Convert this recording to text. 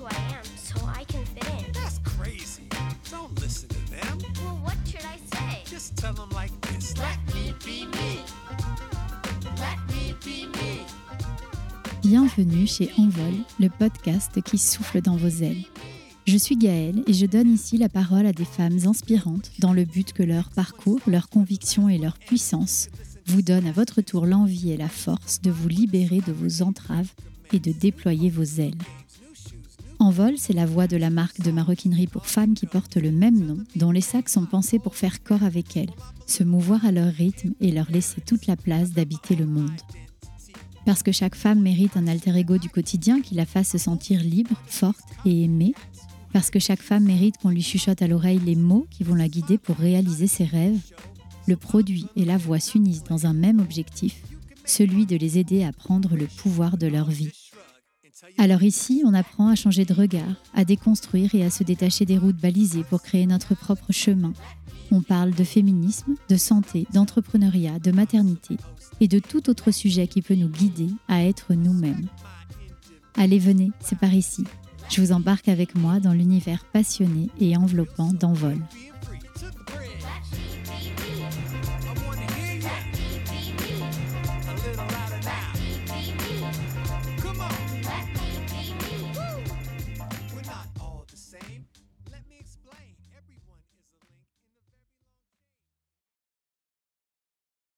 who I am so I can fit in. That's crazy. Don't listen to them. Well, what should I say? Just tell them like this. Let me be me. Let me be me. Bienvenue chez Envol, le podcast qui souffle dans vos ailes. Je suis Gaëlle et je donne ici la parole à des femmes inspirantes dans le but que leur parcours, leurs convictions et leur puissance vous donnent à votre tour l'envie et la force de vous libérer de vos entraves et de déployer vos ailes. Envol, c'est la voix de la marque de maroquinerie pour femmes qui porte le même nom, dont les sacs sont pensés pour faire corps avec elles, se mouvoir à leur rythme et leur laisser toute la place d'habiter le monde. Parce que chaque femme mérite un alter ego du quotidien qui la fasse se sentir libre, forte et aimée. Parce que chaque femme mérite qu'on lui chuchote à l'oreille les mots qui vont la guider pour réaliser ses rêves. Le produit et la voix s'unissent dans un même objectif, celui de les aider à prendre le pouvoir de leur vie. Alors ici, on apprend à changer de regard, à déconstruire et à se détacher des routes balisées pour créer notre propre chemin. On parle de féminisme, de santé, d'entrepreneuriat, de maternité et de tout autre sujet qui peut nous guider à être nous-mêmes. Allez, venez, c'est par ici. Je vous embarque avec moi dans l'univers passionné et enveloppant d'Envol.